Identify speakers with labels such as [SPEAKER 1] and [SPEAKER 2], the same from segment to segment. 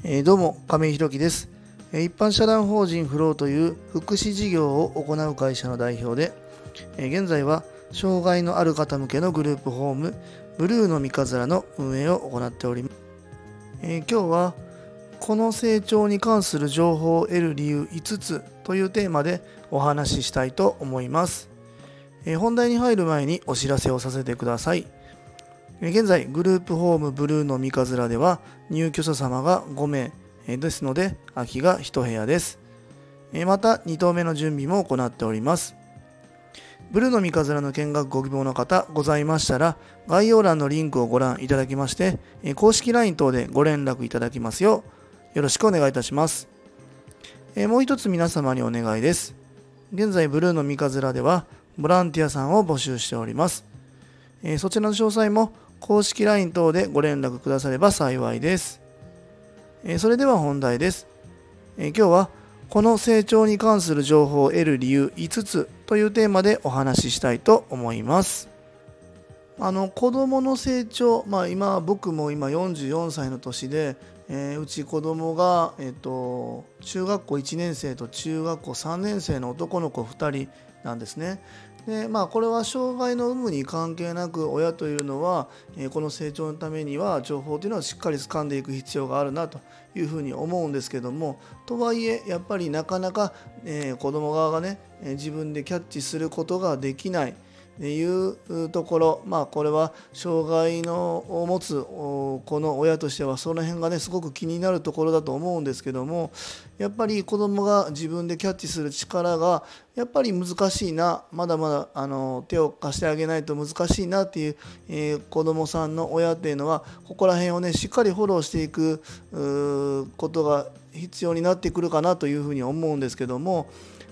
[SPEAKER 1] どうも亀井ひろきです。一般社団法人フローという福祉事業を行う会社の代表で、現在は障害のある方向けのグループホームブルーの三日面の運営を行っております。今日はこの成長に関する情報を得る理由5つというテーマでお話ししたいと思います。本題に入る前にお知らせをさせてください。現在グループホームブルーの三日面では入居者様が5名ですので空きが1部屋です。また2棟目の準備も行っております。ブルーの三日面の見学ご希望の方ございましたら概要欄のリンクをご覧いただきまして公式 LINE 等でご連絡いただきますようよろしくお願いいたします。もう一つ皆様にお願いです。現在ブルーの三日面ではボランティアさんを募集しております。そちらの詳細も公式 LINE 等でご連絡くだされば幸いです。それでは本題です。今日はこの成長に関する情報を得る理由5つというテーマでお話ししたいと思います。子どもの成長、僕も今44歳の年で、うち子どもが、中学校1年生と中学校3年生の男の子2人なんですね。でこれは障害の有無に関係なく親というのは、この成長のためには情報というのはしっかり掴んでいく必要があるなというふうに思うんですけども、とはいえやっぱりなかなか、子ども側がね自分でキャッチすることができないというところ、これは障害を持つこの親としてはその辺がねすごく気になるところだと思うんですけども、やっぱり子どもが自分でキャッチする力がやっぱり難しいな、まだまだ手を貸してあげないと難しいなっていう、子どもさんの親っていうのはここら辺をねしっかりフォローしていくことが必要になってくるかなというふうに思うんですけども、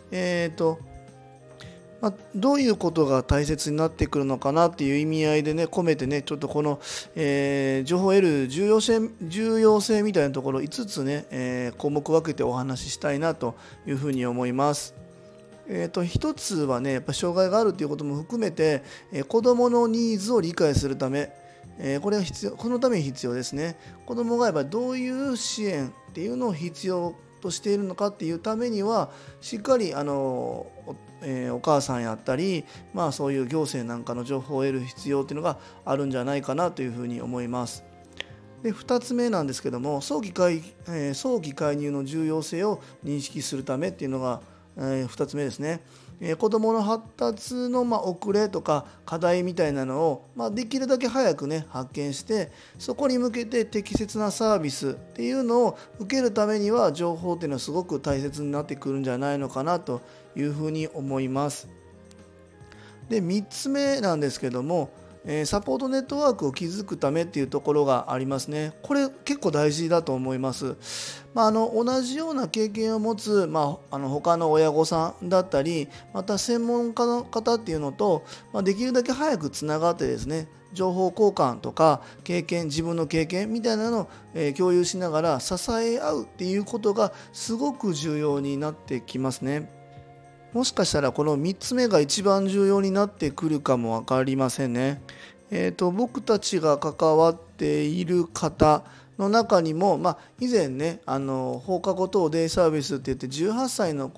[SPEAKER 1] どういうことが大切になってくるのかなっていう意味合いでね込めてねちょっとこの、情報を得る重要性みたいなところ5つね、項目分けてお話ししたいなというふうに思います。一つはねやっぱ障害があるということも含めて、子どものニーズを理解するため、このために必要ですね。子どもがやっぱりどういう支援っていうのを必要としているのかっていうためにはしっかりお母さんやったり、そういう行政なんかの情報を得る必要っていうのがあるんじゃないかなというふうに思います。で2つ目なんですけども早期介入の重要性を認識するためっていうのが、2つ目ですね。子どもの発達の遅れとか課題みたいなのを、できるだけ早くね発見してそこに向けて適切なサービスっていうのを受けるためには情報っていうのはすごく大切になってくるんじゃないのかなというふうに思います。で3つ目なんですけどもサポートネットワークを築くためっていうところがありますね。これ結構大事だと思います。同じような経験を持つ、他の親御さんだったりまた専門家の方っていうのと、できるだけ早くつながってですね情報交換とか自分の経験みたいなのを、共有しながら支え合うっていうことがすごく重要になってきますね。もしかしたらこの3つ目が一番重要になってくるかも分かりませんね。僕たちが関わっている方の中にも、以前ね放課後等デイサービスって言って18歳の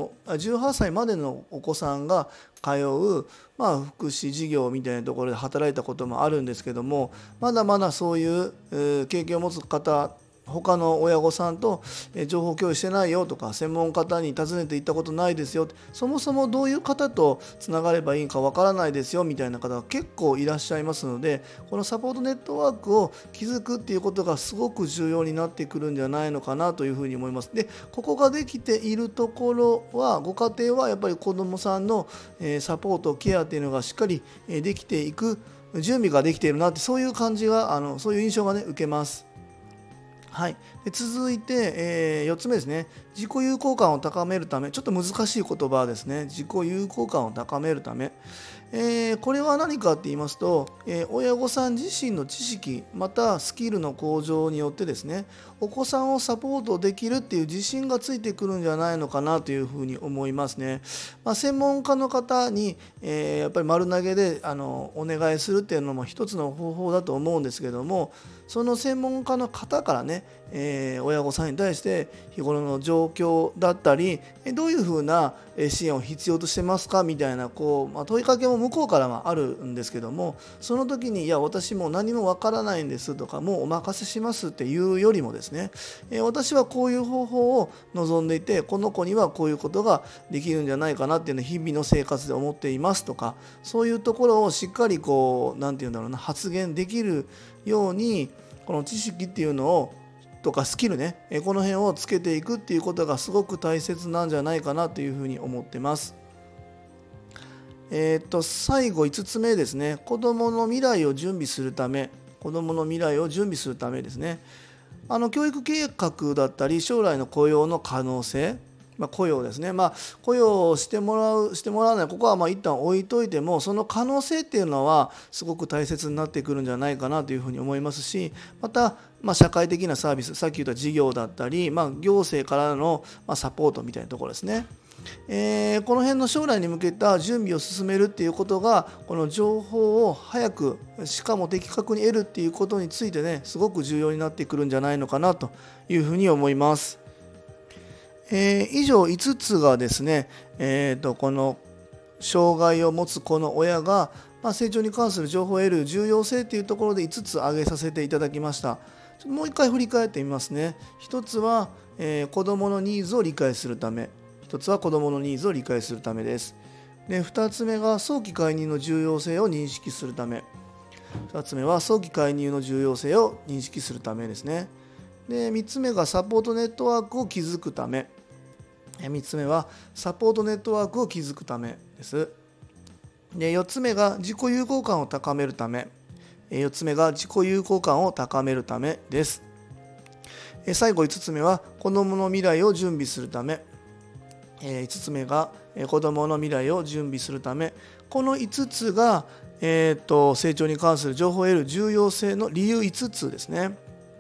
[SPEAKER 1] 18歳までのお子さんが通う、福祉事業みたいなところで働いたこともあるんですけども、まだまだそういう、経験を持つ方他の親御さんと情報共有してないよとか専門家に尋ねて行ったことないですよ、そもそもどういう方とつながればいいかわからないですよみたいな方が結構いらっしゃいますので、このサポートネットワークを築くっていうことがすごく重要になってくるんじゃないのかなというふうに思います。でここができているところはご家庭はやっぱり子どもさんのサポートケアっていうのがしっかりできていく準備ができているなってそういう感じがそういう印象がね受けます。はい、で続いて、4つ目ですね。自己有効感を高めるため、ちょっと難しい言葉ですね。自己有効感を高めるため、 これは何かって言いますと、親御さん自身の知識またスキルの向上によってですね、お子さんをサポートできるっていう自信がついてくるんじゃないのかなというふうに思いますね。専門家の方に、やっぱり丸投げでお願いするっていうのも一つの方法だと思うんですけども、その専門家の方からね、親御さんに対して日頃の状況だったりどういうふうな支援を必要としてますかみたいな問いかけも向こうからはあるんですけども、その時にいや私もう何もわからないんですとかもうお任せしますっていうよりもですね、私はこういう方法を望んでいてこの子にはこういうことができるんじゃないかなっていうのを日々の生活で思っていますとか、そういうところをしっかりなんていうんだろうな、発言できるようにこの知識っていうのをとかスキルね、この辺をつけていくっていうことがすごく大切なんじゃないかなというふうに思ってます。最後5つ目ですね。子どもの未来を準備するためですね。教育計画だったり将来の雇用の可能性、雇用ですね、雇用をしてもらわない、ここは一旦置いといてもその可能性っていうのはすごく大切になってくるんじゃないかなというふうに思いますし、また、社会的なサービス、さっき言った事業だったり、行政からのサポートみたいなところですね。この辺の将来に向けた準備を進めるっていうことがこの情報を早くしかも的確に得るっていうことについてね、すごく重要になってくるんじゃないのかなというふうに思います。以上5つがですね、この障害を持つ子の親が、成長に関する情報を得る重要性というところで5つ挙げさせていただきました。もう一回振り返ってみますね。1つは、子どものニーズを理解するため、1つは子どものニーズを理解するためです。で、2つ目が早期介入の重要性を認識するため、2つ目は早期介入の重要性を認識するためですね。で、3つ目がサポートネットワークを築くため、3つ目はサポートネットワークを築くためです。で、4つ目が自己有効感を高めるため、4つ目が自己有効感を高めるためです。最後5つ目は子どもの未来を準備するため、5つ目が子どもの未来を準備するため、この5つが、成長に関する情報を得る重要性の理由5つですね。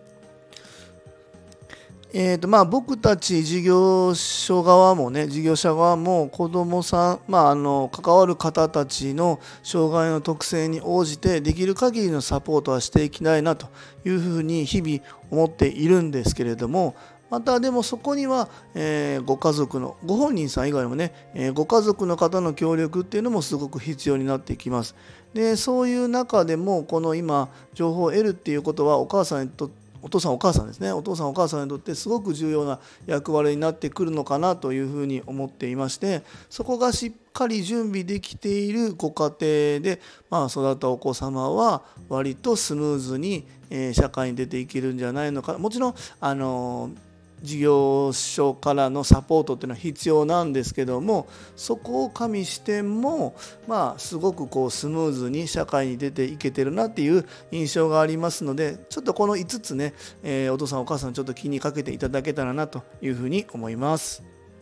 [SPEAKER 1] 僕たち事業者側も子どもさん、関わる方たちの障害の特性に応じてできる限りのサポートはしていきたいなというふうに日々思っているんですけれども、またでもそこには、ご本人さん以外にもね、ご家族の方の協力っていうのもすごく必要になってきます。で、そういう中でもこの今情報を得るっていうことはお父さんお母さんですね、お父さんお母さんにとってすごく重要な役割になってくるのかなというふうに思っていまして、そこがしっかり準備できているご家庭で、育ったお子様は割とスムーズに、社会に出ていけるんじゃないのか。もちろん事業所からのサポートっていうのは必要なんですけども、そこを加味しても、すごくスムーズに社会に出ていけてるなっていう印象がありますので、ちょっとこの5つね、お父さんお母さんちょっと気にかけていただけたらなというふうに思います。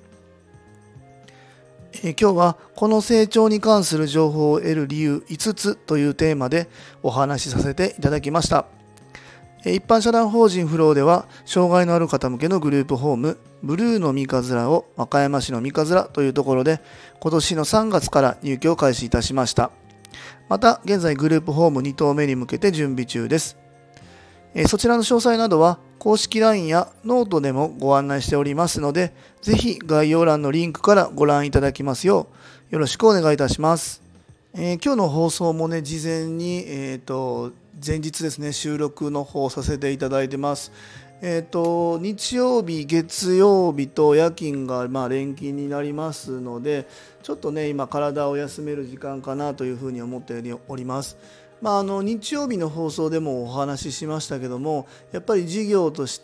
[SPEAKER 1] 今日はこの成長に関する情報を得る理由5つというテーマでお話しさせていただきました。一般社団法人フローでは障害のある方向けのグループホームブルーの三日面を和歌山市の三日面というところで今年の3月から入居を開始いたしました。また現在グループホーム2棟目に向けて準備中です。そちらの詳細などは公式 LINE やノートでもご案内しておりますので、ぜひ概要欄のリンクからご覧いただきますようよろしくお願いいたします。今日の放送もね、事前に前日ですね、収録の方させていただいてます。日曜日、月曜日と夜勤が連勤になりますので、ちょっとね今体を休める時間かなというふうに思っております。日曜日の放送でもお話ししましたけども、やっぱり事業として、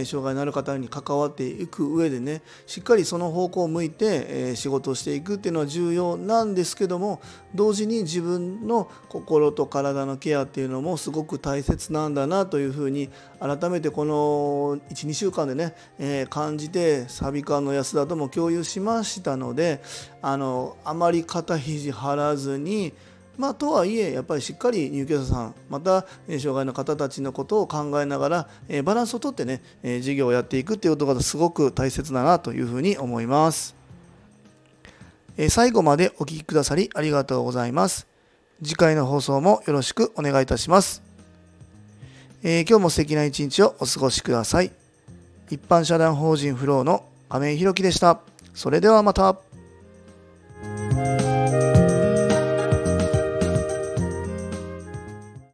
[SPEAKER 1] 障害のある方に関わっていく上でね、しっかりその方向を向いて、仕事をしていくっていうのは重要なんですけども、同時に自分の心と体のケアっていうのもすごく大切なんだなというふうに改めてこの 1,2 週間でね、感じてサビ館の安田とも共有しましたので、 あまり肩肘張らずに、とはいえやっぱりしっかり入居者さんまた障害の方たちのことを考えながらバランスをとってね事業をやっていくっていうことがすごく大切だなというふうに思います。最後までお聞きくださりありがとうございます。次回の放送もよろしくお願いいたします。今日も素敵な一日をお過ごしください。一般社団法人フローの亀井宏樹でした。それではまた。